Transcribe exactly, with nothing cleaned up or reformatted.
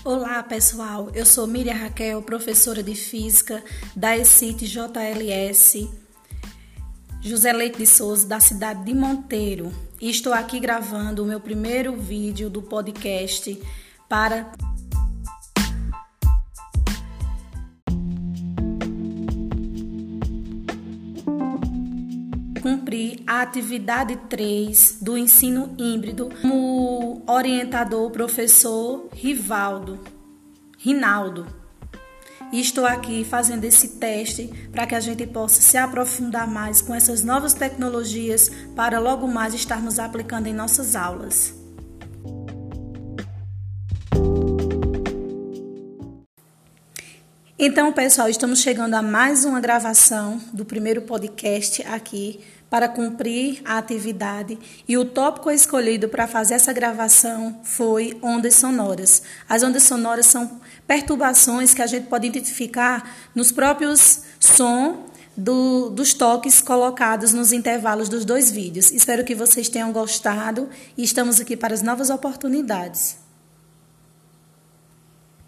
Olá pessoal, eu sou Miriam Raquel, professora de Física da E C I T J L S José Leite de Souza, da cidade de Monteiro, e estou aqui gravando o meu primeiro vídeo do podcast para cumprir a atividade três do ensino híbrido como orientador o professor Rivaldo, Rinaldo. E estou aqui fazendo esse teste para que a gente possa se aprofundar mais com essas novas tecnologias para logo mais estarmos aplicando em nossas aulas. Então, pessoal, estamos chegando a mais uma gravação do primeiro podcast aqui para cumprir a atividade, e o tópico escolhido para fazer essa gravação foi ondas sonoras. As ondas sonoras são perturbações que a gente pode identificar nos próprios sons do, dos toques colocados nos intervalos dos dois vídeos. Espero que vocês tenham gostado e estamos aqui para as novas oportunidades.